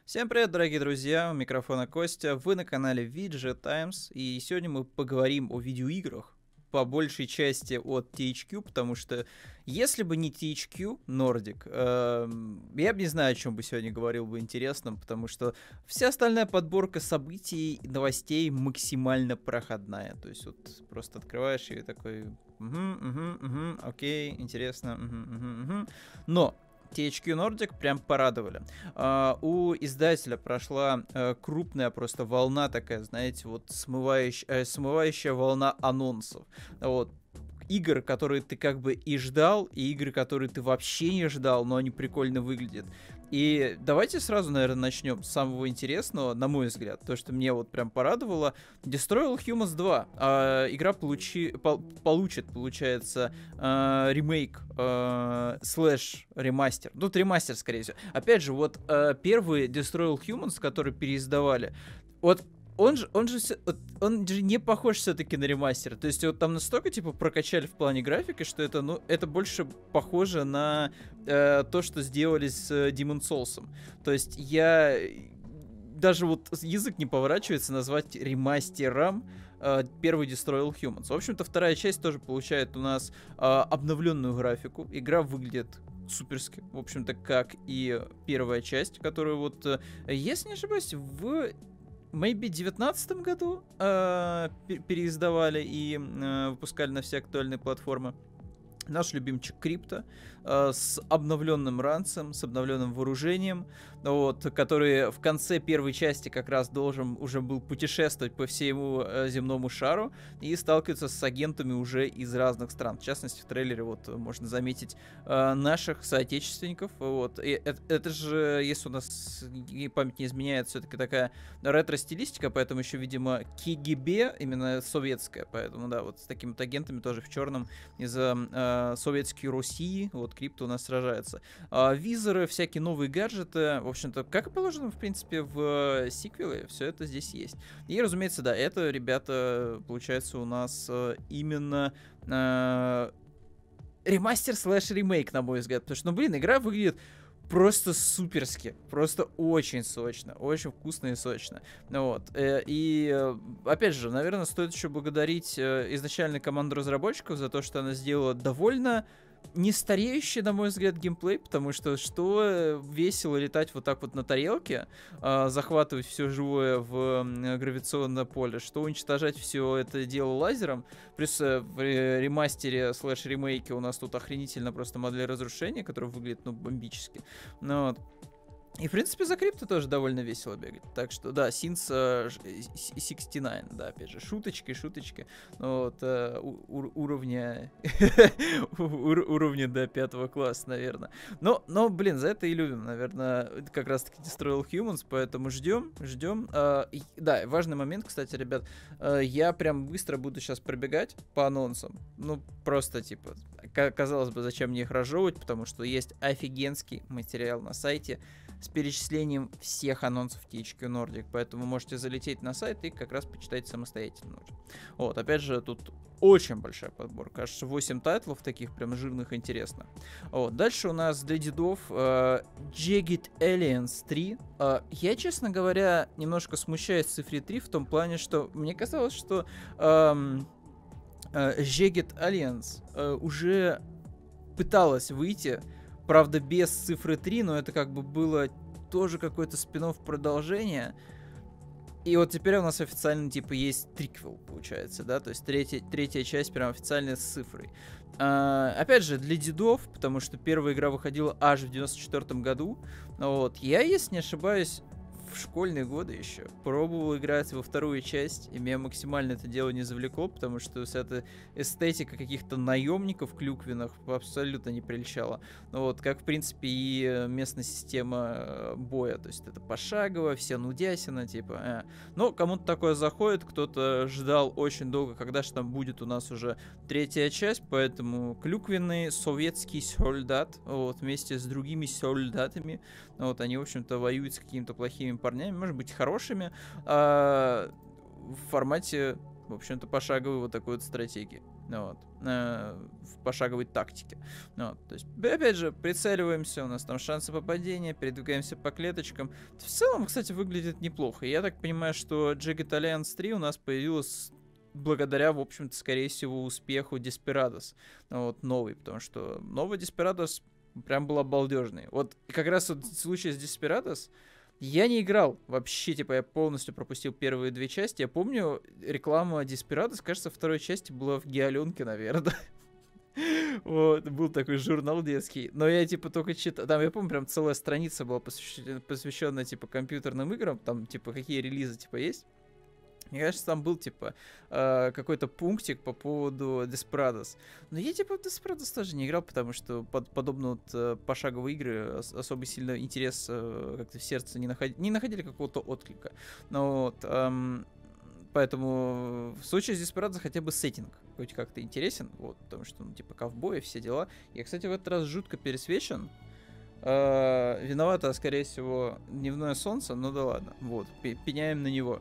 Всем привет, дорогие друзья, у микрофона Костя, вы на канале VG Times, и сегодня мы поговорим о видеоиграх, по большей части от THQ, потому что если бы не THQ Nordic, я бы не знаю, о чем бы сегодня говорил бы интересным, потому что вся остальная подборка событий и новостей максимально проходная, то есть вот просто открываешь и такой, окей, интересно, но THQ Nordic прям порадовали. У издателя прошла крупная просто волна такая, знаете, вот смывающая волна анонсов. Вот. Игр, которые ты как бы и ждал, и игры, которые ты вообще не ждал, но они прикольно выглядят. И давайте сразу, наверное, начнем с самого интересного, на мой взгляд, то, что мне вот прям порадовало. Destroy All Humans 2. Игра получит, получается, ремейк слэш ремастер. Тут ремастер, скорее всего. Опять же, вот первый Destroy All Humans, который переиздавали, вот он же не похож все-таки на ремастер. То есть вот там настолько типа прокачали в плане графики, что это больше похоже на то, что сделали с Demon's Souls. То есть я даже вот язык не поворачивается назвать ремастером первый Destroy All Humans. В общем-то, вторая часть тоже получает у нас обновленную графику. Игра выглядит суперски, в общем-то, как и первая часть, которую вот, если не ошибаюсь, в maybe 19 году переиздавали и выпускали на все актуальные платформы. Наш любимчик Крипто с обновленным ранцем, с обновленным вооружением, вот, который в конце первой части как раз должен уже был путешествовать по всему земному шару и сталкиваться с агентами уже из разных стран. В частности, в трейлере вот можно заметить наших соотечественников. Вот. И это же, если у нас память не изменяет, все-таки такая ретро-стилистика, поэтому еще, видимо, КГБ, именно советская, поэтому, да, вот с такими вот агентами тоже в черном из-за советской России, вот Крипто у нас сражается. Визоры, всякие новые гаджеты, в общем-то, как и положено, в принципе, в сиквеле, все это здесь есть. И, разумеется, да, это, ребята, получается у нас именно ремастер слэш ремейк, на мой взгляд, потому что, ну, блин, игра выглядит просто суперски, просто очень сочно, очень вкусно и сочно. Вот. И, опять же, наверное, стоит еще благодарить изначально команду разработчиков за то, что она сделала довольно не стареющий, на мой взгляд, геймплей, потому что весело летать вот так вот на тарелке, захватывать все живое в гравитационное поле, что уничтожать все это дело лазером. Плюс в ремастере слэш ремейке у нас тут охренительно просто модель разрушения, которая выглядит, ну, бомбически. Ну, вот. И, в принципе, за крипто тоже довольно весело бегать. Так что, да, Since 69, да, опять же, шуточки. Вот, уровня до 5 класса, наверное. Но, блин, за это и любим, наверное, как раз-таки Destroy All Humans, поэтому ждем. Да, важный момент, кстати, ребят, я прям быстро буду сейчас пробегать по анонсам. Ну, просто, типа, казалось бы, зачем мне их разжевывать, потому что есть офигенский материал на сайте с перечислением всех анонсов THQ Nordic, поэтому можете залететь на сайт и как раз почитать самостоятельно. Вот, опять же, тут очень большая подборка, аж 8 тайтлов таких прям жирных, интересно. Вот, дальше у нас для дедов Jagged Alliance 3. Я, честно говоря, немножко смущаюсь цифре 3 в том плане, что мне казалось, что Jagged Alliance уже пыталась выйти, правда, без цифры 3, но это как бы было тоже какой-то спин-офф продолжение. И вот теперь у нас официально, типа, есть триквел, получается, да, то есть третья часть прям официальная с цифрой. Опять же, для дедов, потому что первая игра выходила аж в 94 году. Вот, я, если не ошибаюсь, в школьные годы еще пробовал играть во вторую часть, и меня максимально это дело не завлекло, потому что вся эта эстетика каких-то наемников клюквенных абсолютно не прельщала. Ну вот, как, в принципе, и местная система боя, то есть это пошагово, все нудясина, типа. Но кому-то такое заходит, кто-то ждал очень долго, когда же там будет у нас уже третья часть, поэтому клюквенный советский солдат, вот, вместе с другими солдатами, вот, они, в общем-то, воюют с какими-то плохими парнями, может быть, хорошими, в формате В общем-то, пошаговой вот такой вот стратегии. Вот. В пошаговой тактике. Вот. То есть, опять же, прицеливаемся, у нас там шансы попадения, передвигаемся по клеточкам. В целом, кстати, выглядит неплохо. Я так понимаю, что Jagged Alliance 3 у нас появилась благодаря, в общем-то, скорее всего, успеху Desperados. Вот, новый, потому что новый Desperados прям был обалдежный. Вот как раз вот в случае с Desperados я не играл вообще, типа, я полностью пропустил первые две части. Я помню, реклама Desperados, кажется, второй части была в Геоленке, наверное. Вот, был такой журнал детский. Но я, типа, только читал. Там, я помню, прям целая страница была посвященная, типа, компьютерным играм. Там, типа, какие релизы, типа, есть. Мне кажется, там был, типа, какой-то пунктик по поводу Desperados. Но я, типа, в Desperados тоже не играл, потому что подобно вот пошаговые игры особо сильно интерес как-то в сердце не находили какого-то отклика. Но вот, поэтому в случае с Desperados хотя бы сеттинг хоть как-то интересен, вот, потому что, ну, типа, ковбои, все дела. Я, кстати, в этот раз жутко пересвечен. Виновато, скорее всего, дневное солнце, ну да ладно, вот, пеняем на него.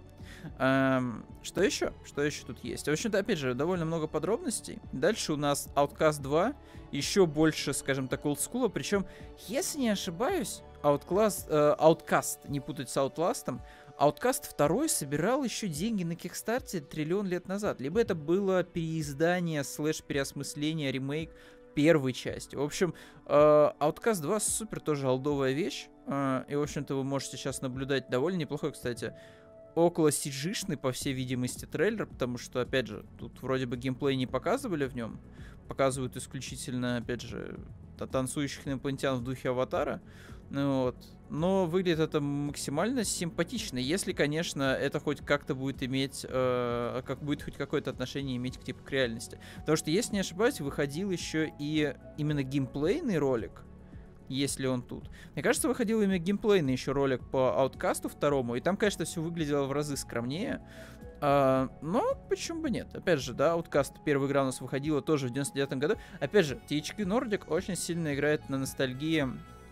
Что еще? Что еще тут есть? В общем-то, опять же, довольно много подробностей. Дальше у нас Outcast 2, еще больше, скажем так, олдскула, причем, если не ошибаюсь, Outcast, не путать с Outlast'ом, Outcast 2 собирал еще деньги на Кикстарте триллион лет назад. Либо это было переиздание / переосмысление, ремейк первой части. В общем, Outcast 2 супер тоже олдовая вещь. И, в общем-то, вы можете сейчас наблюдать довольно неплохой, кстати, около CG-шный, по всей видимости, трейлер, потому что, опять же, тут вроде бы геймплей не показывали в нем. Показывают исключительно, опять же, танцующих инопланетян в духе Аватара. Ну, вот. Но выглядит это максимально симпатично, если, конечно, это хоть как-то будет иметь, как будет хоть какое-то отношение иметь типа, к реальности. Потому что, если не ошибаюсь, выходил еще и именно геймплейный ролик, если он тут. Мне кажется, выходил именно геймплейный еще ролик по Outcast'у 2, и там, конечно, все выглядело в разы скромнее. Но почему бы нет? Опять же, да, Outcast первая игра у нас выходила тоже в 99-м году. Опять же, THQ Nordic очень сильно играет на ностальгии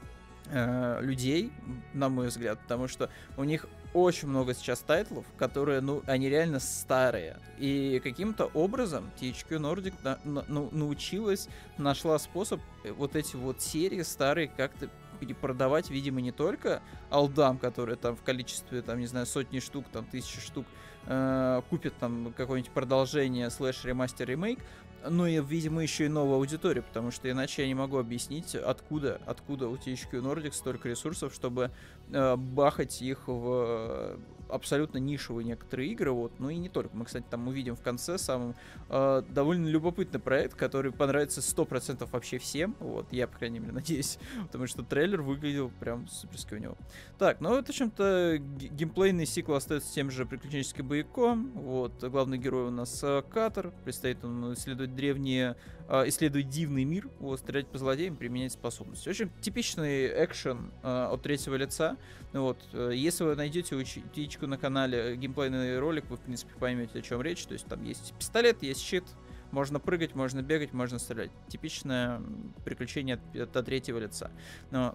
людей, на мой взгляд, потому что у них очень много сейчас тайтлов, которые, ну, они реально старые. И каким-то образом THQ Nordic научилась, нашла способ вот эти вот серии старые как-то перепродавать, видимо, не только алдам, которые там в количестве, там, не знаю, сотни штук, там, 1000 штук купят там какое-нибудь продолжение / ремастер ремейк, но и, видимо, еще и новую аудиторию, потому что иначе я не могу объяснить, откуда у THQ Nordic столько ресурсов, чтобы бахать их в абсолютно нишевые некоторые игры, вот, ну и не только. Мы, кстати, там увидим в конце самым довольно любопытный проект, который понравится 100% вообще всем, вот, я, по крайней мере, надеюсь, потому что трейлер выглядел прям суперски у него. Так, ну, вот, в общем-то, геймплейный сиквел остается тем же приключенческим боевиком, вот, главный герой у нас Катер, предстоит он исследовать исследовать дивный мир, вот, стрелять по злодеям, применять способности. Очень типичный экшен от третьего лица. Вот, если вы найдете у THQ на канале геймплейный ролик, вы, в принципе, поймете, о чем речь. То есть там есть пистолет, есть щит, можно прыгать, можно бегать, можно стрелять. Типичное приключение от третьего лица. Но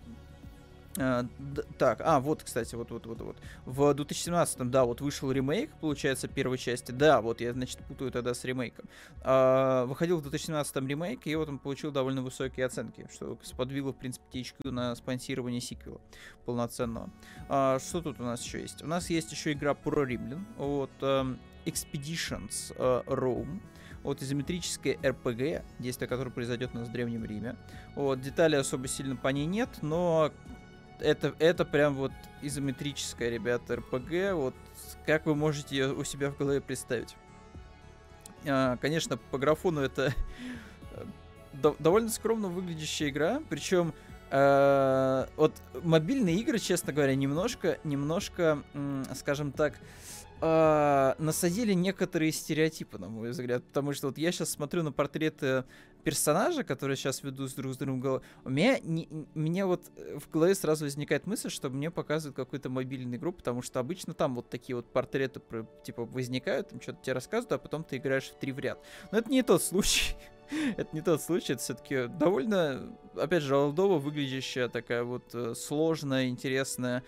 так, вот, кстати, вот. В 2017-м, да, вот вышел ремейк, получается, первой части. Да, вот я, значит, путаю тогда с ремейком. Выходил в 2017-м ремейк, и вот он получил довольно высокие оценки, что сподвигло, в принципе, THQ на спонсирование сиквела полноценного. Что тут у нас еще есть? У нас есть еще игра про Римлян, вот, Expeditions Rome. Вот изометрическая RPG, действие которое произойдет у нас в Древнем Риме. Вот, деталей особо сильно по ней нет, но это прям вот изометрическая, ребята, RPG. Вот как вы можете ее у себя в голове представить? Конечно, по графону это довольно скромно выглядящая игра. Причем вот мобильные игры, честно говоря, немножко, скажем так, насадили некоторые стереотипы, на мой взгляд. Потому что вот я сейчас смотрю на портреты персонажа, которые сейчас ведут друг с другом в голове. У меня вот в голове сразу возникает мысль, что мне показывают какую-то мобильную игру, потому что обычно там вот такие вот портреты типа возникают, там что-то тебе рассказывают, а потом ты играешь в 3 в ряд. Но это не тот случай. Это не тот случай, это все-таки довольно, опять же, олдово выглядящая такая вот сложная, интересная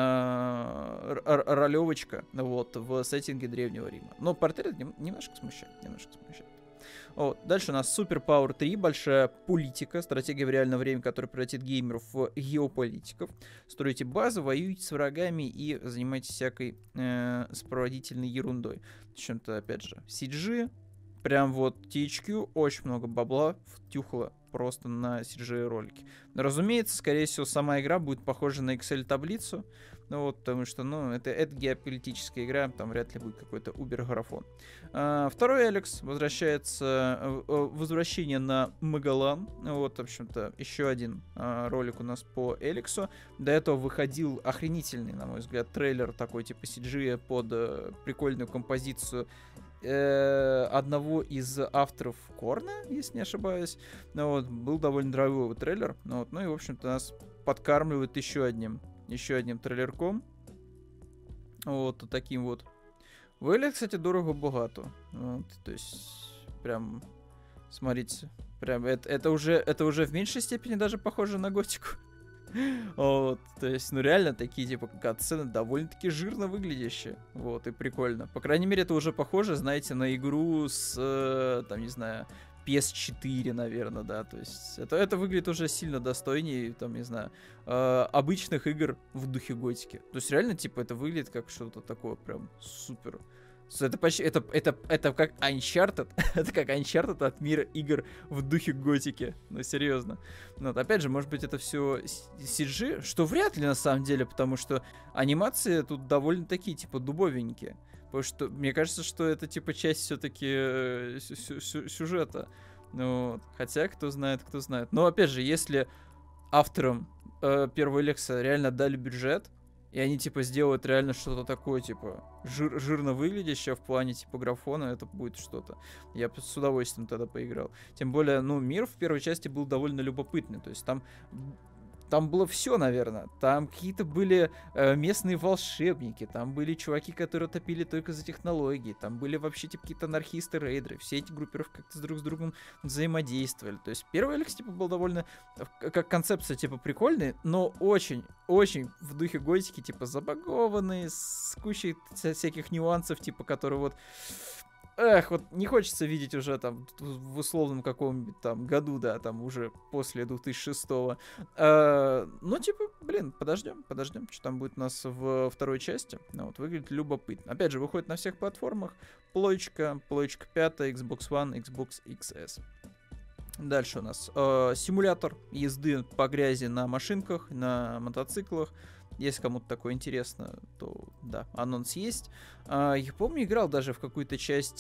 ролевочка вот, в сеттинге Древнего Рима. Но портрет немножко смущает, немножко смущает. Вот. Дальше у нас Super Power 3, большая политика, стратегия в реальное время, которая превратит геймеров в геополитиков. Строите базы, воюете с врагами и занимаетесь всякой сопроводительной ерундой. В чем-то, опять же, CG, прям вот THQ очень много бабла втюхало просто на CG ролики. Разумеется, скорее всего, сама игра будет похожа на Excel-таблицу, ну вот, потому что, ну, это геополитическая игра, там вряд ли будет какой-то убер-графон. Второй Алекс возвращается, возвращение на Магалан. Вот, в общем-то, еще один ролик у нас по Эликсу. До этого выходил охренительный, на мой взгляд, трейлер такой типа CG под прикольную композицию одного из авторов Корна, если не ошибаюсь. Ну, вот, был довольно драйвовый трейлер. Ну, вот, ну и, в общем-то, нас подкармливают еще одним трейлерком. Вот таким вот. Выглядит, кстати, дорого-богато. Вот, то есть, прям, смотрите, прям это уже в меньшей степени даже похоже на готику. Вот, то есть, ну реально такие типа катсцены довольно-таки жирно выглядящие. Вот, и прикольно. По крайней мере, это уже похоже, знаете, на игру с, там, не знаю, PS4, наверное, да, то есть это выглядит уже сильно достойнее, там, не знаю, обычных игр в духе готики. То есть реально, типа, это выглядит как что-то такое прям супер. Это почти, это как Uncharted, это как Uncharted от мира игр в духе готики, ну серьезно. Но вот, опять же, может быть, это все CG, что вряд ли на самом деле, потому что анимации тут довольно такие, типа, дубовенькие. Потому что мне кажется, что это типа часть все-таки сюжета. Ну, хотя, кто знает, кто знает. Но опять же, если авторам первого Элекса реально дали бюджет, и они типа сделают реально что-то такое, типа, жирно выглядящее в плане типа графона, это будет что-то. Я с удовольствием тогда поиграл. Тем более, ну, мир в первой части был довольно любопытный. То есть там было все, наверное. Там какие-то были местные волшебники, там были чуваки, которые топили только за технологии, там были вообще типа какие-то анархисты-рейдеры. Все эти группировки как-то друг с другом взаимодействовали. То есть первый Алекс типа был довольно, как концепция, типа прикольный, но очень в духе готики, типа забагованный, с кучей всяких нюансов, типа, которые вот... Эх, вот не хочется видеть уже там в условном каком-нибудь там году, да, там уже после 2006-го. Ну, типа, блин, подождем, что там будет у нас во второй части. Ну, вот, выглядит любопытно. Опять же, выходит на всех платформах. Плоечка 5, Xbox One, Xbox XS. Дальше у нас симулятор езды по грязи на машинках, на мотоциклах. Если кому-то такое интересно, то да, анонс есть. Я помню, играл даже в какую-то часть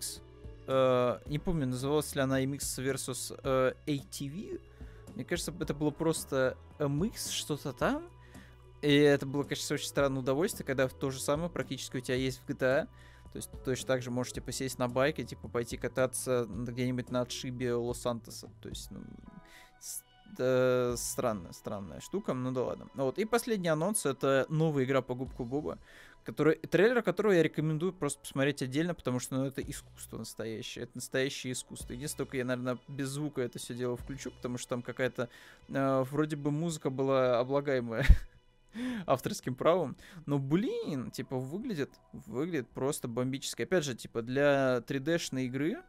MX. Не помню, называлась ли она MX vs ATV. Мне кажется, это было просто MX, что-то там. И это было, конечно, очень странное удовольствие, когда то же самое практически у тебя есть в GTA. То есть точно так же можете посесть на байк и типа пойти кататься где-нибудь на отшибе Лос-Сантоса. То есть, ну, странная штука, ну да ладно. Вот. И последний анонс — это новая игра по Губку Боба, трейлер которого я рекомендую просто посмотреть отдельно, потому что, ну, это искусство настоящее. Это настоящее искусство. Единственное, только я, наверное, без звука это все дело включу, потому что там какая-то вроде бы музыка была облагаемая авторским правом. Но, блин, типа, выглядит просто бомбически. Опять же, типа, для 3D-шной игры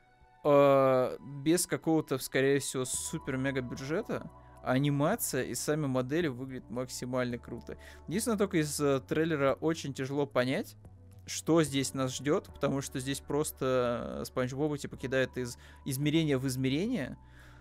без какого-то, скорее всего, супер-мега бюджета анимация и сами модели выглядят максимально круто. Единственное, только из трейлера очень тяжело понять, что здесь нас ждет, потому что здесь просто Спанч Боба типа кидает из измерения в измерение.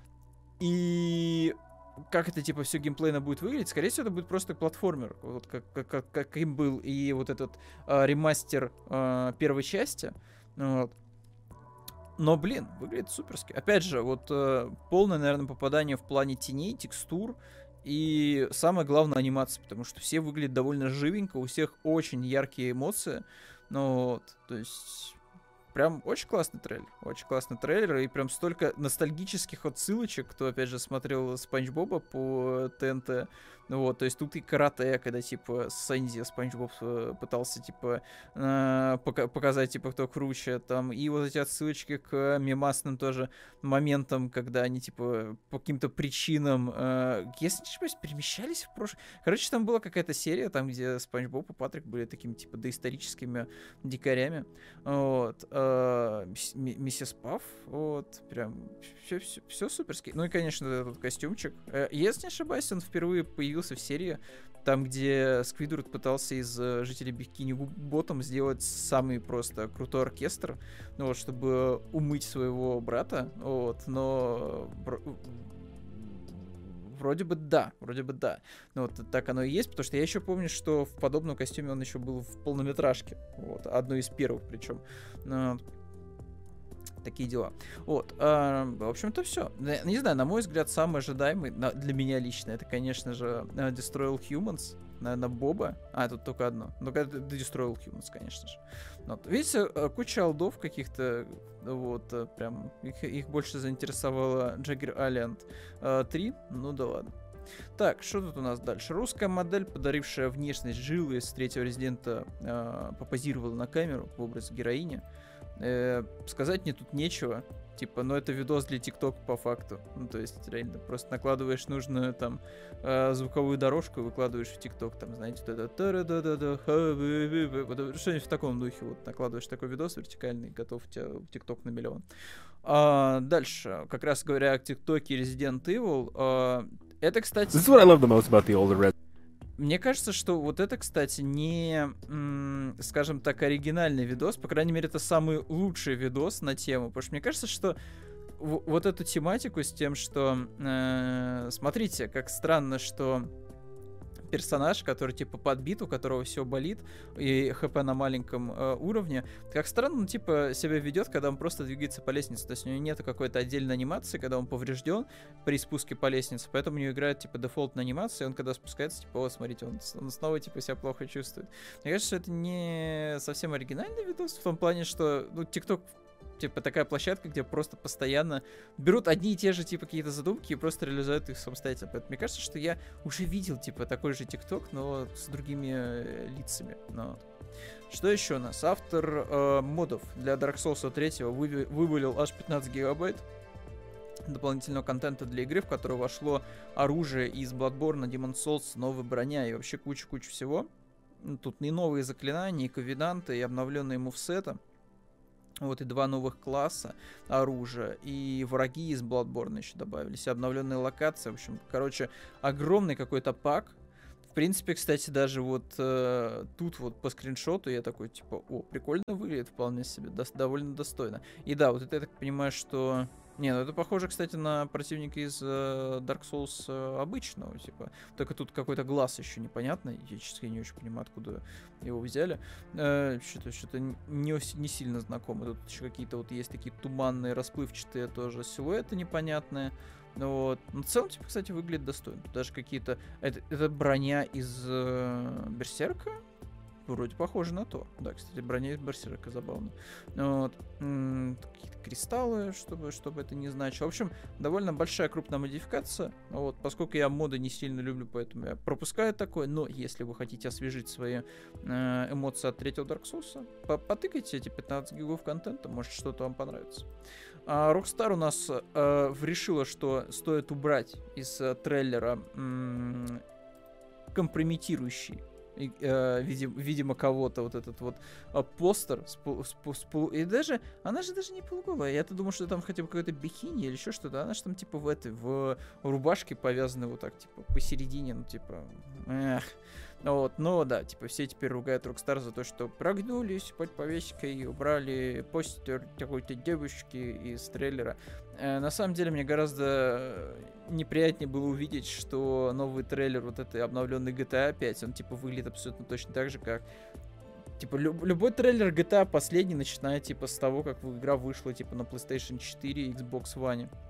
И как это типа все геймплейно будет выглядеть, скорее всего, это будет просто платформер, вот каким был и вот этот ремастер первой части. Вот. Но, блин, выглядит суперски. Опять же, вот полное, наверное, попадание в плане теней, текстур и самое главное анимация, потому что все выглядят довольно живенько, у всех очень яркие эмоции. Ну вот, то есть прям очень классный трейлер, и прям столько ностальгических отсылочек, кто, опять же, смотрел Спанч Боба по ТНТ. Вот, то есть тут и карате, когда, типа, Сэнди, Спанч Боб пытался, типа, показать, типа, кто круче, там, и вот эти отсылочки к мемасным тоже моментам, когда они, типа, по каким-то причинам, если не ошибаюсь, перемещались в прошлое. Короче, там была какая-то серия, там, где Спанч Боб и Патрик были такими, типа, доисторическими дикарями, вот, миссис Пафф, вот, прям, все суперски. Ну и, конечно, этот костюмчик. Если не ошибаюсь, он впервые появился в серии, там, где Сквидвард пытался из жителей Бикини Ботом сделать самый просто крутой оркестр, ну, вот, чтобы умыть своего брата, вот, но вроде бы да. Ну, вот так оно и есть, потому что я еще помню, что в подобном костюме он еще был в полнометражке, вот, одной из первых причем. Такие дела. Вот. В общем-то, все. Не знаю, на мой взгляд, самый ожидаемый для меня лично, это, конечно же, Destroy All Humans. Наверное, Боба. Тут только одно. Ну, это Destroy All Humans, конечно же. Вот. Видите, куча алдов каких-то, вот, прям, их больше заинтересовала Jagged Alliance 3. Ну да ладно. Так, что тут у нас дальше? Русская модель, подарившая внешность жилы из третьего Резидента, попозировала на камеру в образе героини. Сказать мне тут нечего. Типа, но это видос для ТикТока по факту. Ну, то есть, реально, просто накладываешь нужную там звуковую дорожку и выкладываешь в ТикТок. Там, знаете, что-нибудь в таком духе. Вот накладываешь такой видос вертикальный, готов у тебя ТикТок на миллион. Дальше, как раз говоря о ТикТоке Resident Evil, это, кстати... This is what I love the most about the older Red. Мне кажется, что вот это, кстати, не, скажем так, оригинальный видос. По крайней мере, это самый лучший видос на тему. Потому что мне кажется, что вот эту тематику с тем, что... смотрите, как странно, что персонаж, который типа подбит, у которого все болит, и ХП на маленьком уровне, как странно, типа, себя ведет, когда он просто двигается по лестнице. То есть у него нет какой-то отдельной анимации, когда он поврежден при спуске по лестнице, поэтому у него играет, типа, дефолтная анимация, и он когда спускается, типа, смотрите, он снова, типа, себя плохо чувствует. Мне кажется, что это не совсем оригинальный видос, в том плане, что, ну, TikTok типа такая площадка, где просто постоянно берут одни и те же типа какие-то задумки и просто реализуют их самостоятельно. Поэтому мне кажется, что я уже видел типа такой же ТикТок, но с другими лицами. Но... Что еще у нас? Автор модов для Dark Souls 3 вывалил аж 15 гигабайт дополнительного контента для игры, в которую вошло оружие из Bloodborne, Demon's Souls, новая броня и вообще куча-куча всего. Тут и новые заклинания, и ковенанты, и обновленные мувсеты. Вот и 2 новых класса оружия, и враги из Bloodborne еще добавились, и обновленные локации. В общем, короче, огромный какой-то пак. В принципе, кстати, даже вот тут вот по скриншоту я такой, типа, о, прикольно выглядит, вполне себе, довольно достойно. И да, вот это я так понимаю, что... Не, ну это похоже, кстати, на противника из Dark Souls обычного, типа. Только тут какой-то глаз еще непонятный. Я, честно, не очень понимаю, откуда его взяли. Что-то не сильно знакомо. Тут еще какие-то вот есть такие туманные, расплывчатые тоже силуэты непонятные. Вот. Но в целом, типа, кстати, выглядит достойно. Даже какие-то... Это броня из Берсерка? Вроде похоже на то. Да, кстати, броня из Берсерка, забавно. Вот. Какие-то кристаллы, чтобы это не значило. В общем, довольно большая крупная модификация. Вот. Поскольку я моды не сильно люблю, поэтому я пропускаю такое. Но если вы хотите освежить свои эмоции от третьего Dark Souls, потыкайте эти 15 гигов контента, может что-то вам понравится. Rockstar у нас решила, что стоит убрать из трейлера компрометирующий видимо, кого-то вот этот вот постер и даже, она же даже не полуголая. Я-то думал, что там хотя бы какой-то бикини или еще что-то. Она же там типа в рубашке повязана вот так, типа, посередине, ну, типа, вот, но да, типа, все теперь ругают Rockstar за то, что прогнулись под повесткой и убрали постер какой-то девушки из трейлера. На самом деле, мне гораздо неприятнее было увидеть, что новый трейлер вот этой обновленной GTA 5, он, типа, выглядит абсолютно точно так же, как... Типа, любой трейлер GTA последний, начиная, типа, с того, как игра вышла, типа, на PlayStation 4 и Xbox One.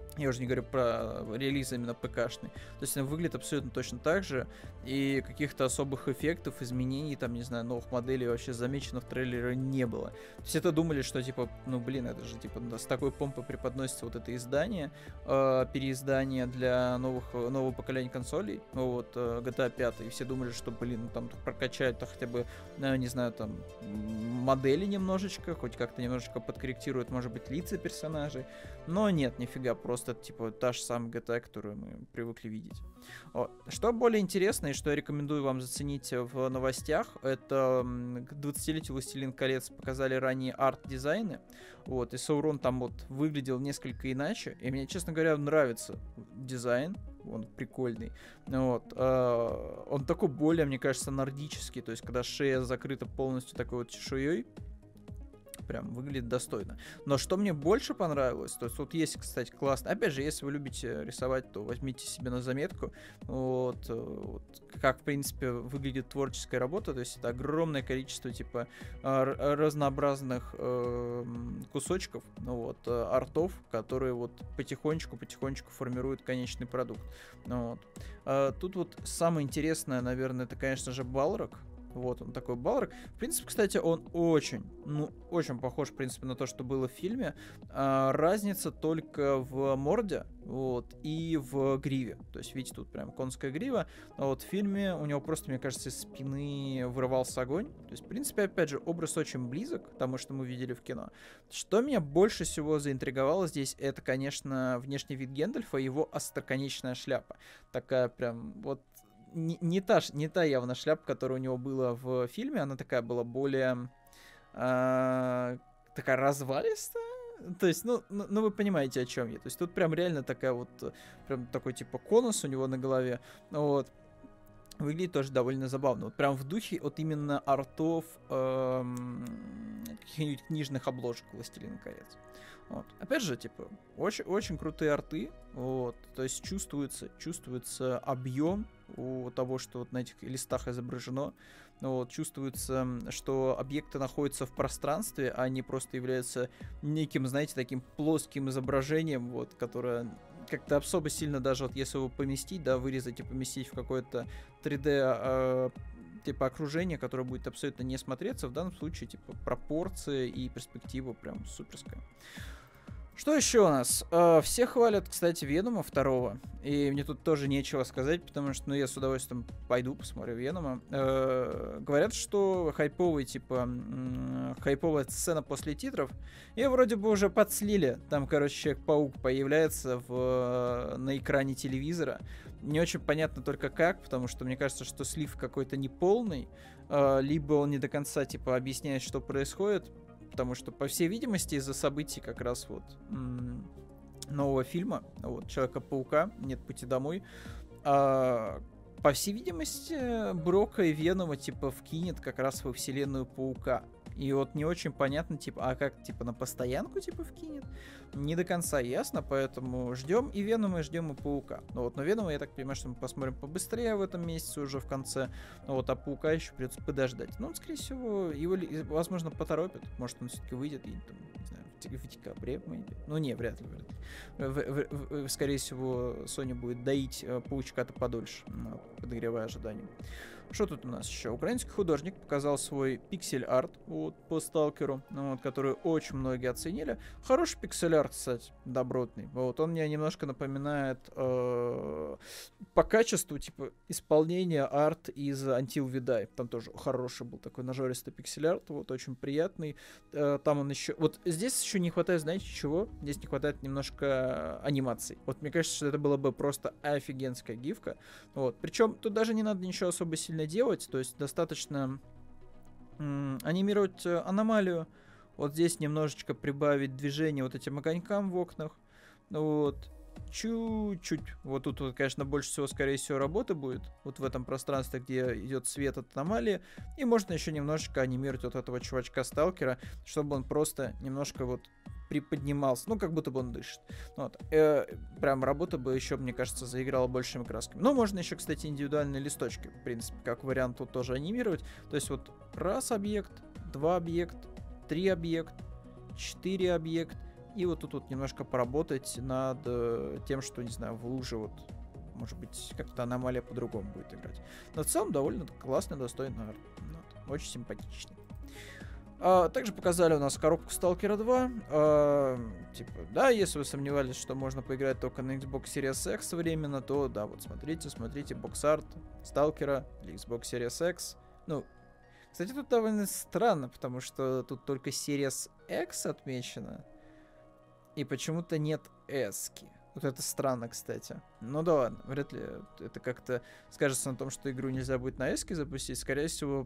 Я уже не говорю про релиз именно ПК-шный. То есть он выглядит абсолютно точно так же, и каких-то особых эффектов, изменений, там, не знаю, новых моделей вообще замечено в трейлере не было. То есть это думали, что, типа, ну, блин, это же, типа, с такой помпой преподносится вот это издание, переиздание для нового поколения консолей, вот, GTA 5, и все думали, что, блин, ну, там прокачают хотя бы, не знаю, там, модели немножечко, хоть как-то немножечко подкорректируют, может быть, лица персонажей, но нет, нифига, просто, типа, та же самая GTA, которую мы привыкли видеть. Вот. Что более интересно, и что я рекомендую вам заценить в новостях, это к 20-летию «Властелин колец» показали ранее арт-дизайны, вот, и Саурон там вот выглядел несколько иначе, и мне, честно говоря, нравится дизайн, он прикольный, вот, он такой более, мне кажется, нордический, то есть, когда шея закрыта полностью такой вот чешуей, прям выглядит достойно. Но что мне больше понравилось, то есть вот есть, кстати, классно. Опять же, если вы любите рисовать, то возьмите себе на заметку. Вот как, в принципе, выглядит творческая работа. То есть это огромное количество, типа, разнообразных кусочков, вот, артов, которые вот потихонечку формируют конечный продукт. Вот. Тут вот самое интересное, наверное, это, конечно же, Балрог. Вот он такой Балрог. В принципе, кстати, он очень похож, в принципе, на то, что было в фильме. Разница только в морде, вот, и в гриве. То есть, видите, тут прям конская грива. А вот в фильме у него просто, мне кажется, из спины вырывался огонь. То есть, в принципе, опять же, образ очень близок к тому, что мы видели в кино. Что меня больше всего заинтриговало здесь, это, конечно, внешний вид Гэндальфа и его остроконечная шляпа. Такая прям вот не та явно шляпа, которая у него была в фильме, она такая была более такая развалистая. То есть, ну вы понимаете, о чем я. То есть тут прям реально такая вот, прям такой типа конус у него на голове. Вот. Выглядит тоже довольно забавно. Вот прям в духе вот именно артов каких-нибудь книжных обложек «Властелин колец». Вот. Опять же, типа, очень крутые арты. Вот. То есть чувствуется объем у того, что вот на этих листах изображено. Вот. Чувствуется, что объекты находятся в пространстве, а не просто являются неким, знаете, таким плоским изображением, вот, которое как-то особо сильно даже, вот если его поместить, да, вырезать и поместить в какое-то 3D типа окружение, которое будет абсолютно не смотреться, в данном случае, типа, пропорции и перспектива прям суперская. Что еще у нас? Все хвалят, кстати, Венома 2, и мне тут тоже нечего сказать, потому что, ну, я с удовольствием пойду посмотрю Венома. Говорят, что хайповая сцена после титров, и вроде бы уже подслили. Там, короче, Человек-паук появляется на экране телевизора. Не очень понятно только как, потому что мне кажется, что слив какой-то неполный, либо он не до конца, типа, объясняет, что происходит. Потому что, по всей видимости, из-за событий как раз вот нового фильма, вот, Человека-паука, «Нет пути домой», по всей видимости, Брока и Венома, типа, вкинет как раз во вселенную Паука. И вот не очень понятно, типа, а как, типа, на постоянку, типа, вкинет? Не до конца ясно, поэтому ждем и Венома, и ждем и Паука. Ну вот, но Венома, я так понимаю, что мы посмотрим побыстрее в этом месяце уже в конце. Ну вот, а Паука еще придется подождать. Ну, скорее всего, его, возможно, поторопят. Может, он все-таки выйдет, и, там, не знаю, в декабре, maybe. Ну, не, вряд ли. Скорее всего, Sony будет доить Паучка-то подольше, подогревая ожидания. Что тут у нас еще? Украинский художник показал свой пиксель-арт вот, по Сталкеру, вот, который очень многие оценили. Хороший пиксель-арт, кстати, добротный. Вот, он мне немножко напоминает по качеству, типа, исполнения арт из Until We Die. Там тоже хороший был такой нажористый пиксель-арт, вот, очень приятный. Там он еще... Вот здесь еще не хватает, знаете, чего? Здесь не хватает немножко анимаций. Вот, мне кажется, что это была бы просто офигенская гифка. Вот. Причем тут даже не надо ничего особо сильно делать, то есть достаточно анимировать аномалию, вот здесь немножечко прибавить движение вот этим огонькам в окнах, вот, чуть-чуть, вот тут, вот, конечно, больше всего, скорее всего, работы будет, вот в этом пространстве, где идет свет от аномалии, и можно еще немножечко анимировать вот этого чувачка-сталкера, чтобы он просто немножко вот приподнимался, ну, как будто бы он дышит. Вот. Прям работа бы еще, мне кажется, заиграла большими красками. Но можно еще, кстати, индивидуальные листочки, в принципе, как вариант тут тоже анимировать. То есть вот 1 объект, 2 объект, 3 объект, 4 объект, И вот тут вот немножко поработать над тем, что, не знаю, в луже вот, может быть, как-то аномалия по-другому будет играть. Но в целом довольно классный, достойный арт. Вот, очень симпатичный. Также показали у нас коробку Сталкера 2. Типа, да, если вы сомневались, что можно поиграть только на Xbox Series X временно, то да, вот смотрите, бокс-арт Сталкера для Xbox Series X. Ну, кстати, тут довольно странно, потому что тут только Series X отмечено, и почему-то нет S-ки. Вот это странно, кстати. Ну да ладно, вряд ли это как-то скажется на том, что игру нельзя будет на S-ке запустить. Скорее всего,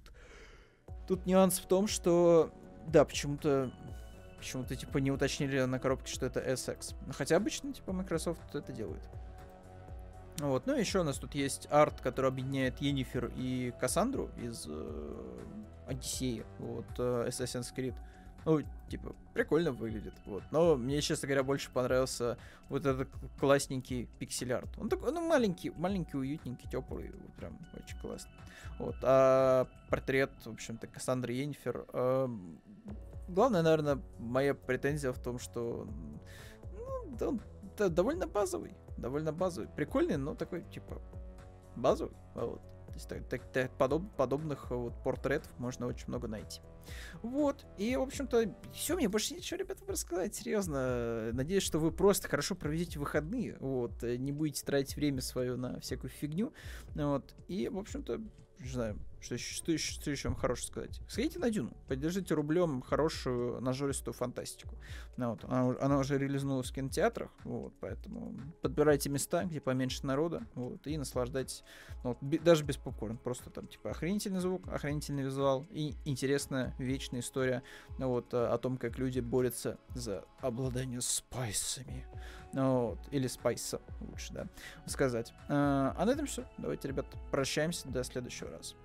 тут нюанс в том, что да, почему-то типа не уточнили на коробке, что это SX. Хотя обычно типа Microsoft это делает. Вот, ну еще у нас тут есть арт, который объединяет Йеннифер и Кассандру из Одиссеи, вот, Assassin's Creed. Ну, типа, прикольно выглядит, вот. Но мне, честно говоря, больше понравился вот этот классненький пиксель-арт. Он такой, ну, маленький, уютненький, теплый, вот, прям очень классный. Вот, а портрет, в общем-то, Кассандры Йеннифер. Главное, наверное, моя претензия в том, что ну, он довольно базовый. Прикольный, но такой, типа, базовый. Вот. То есть подобных вот портретов можно очень много найти. Вот, и, в общем-то, все, мне больше ничего, ребята, рассказать, серьезно. Надеюсь, что вы просто хорошо проведете выходные, вот, не будете тратить время свое на всякую фигню, вот, и, в общем-то, не знаю, что еще вам хорошего сказать. Сходите на Дюну, поддержите рублем хорошую нажористую фантастику. Вот, она уже релизнулась в кинотеатрах, вот, поэтому подбирайте места, где поменьше народа, вот, и наслаждайтесь, вот, даже без попкорна, просто там, типа, охренительный звук, охренительный визуал и интересная вечная история, вот, о том, как люди борются за обладание спайсами. Вот, или спайса, лучше, да, сказать. А на этом все. Давайте, ребят, прощаемся до следующего раза.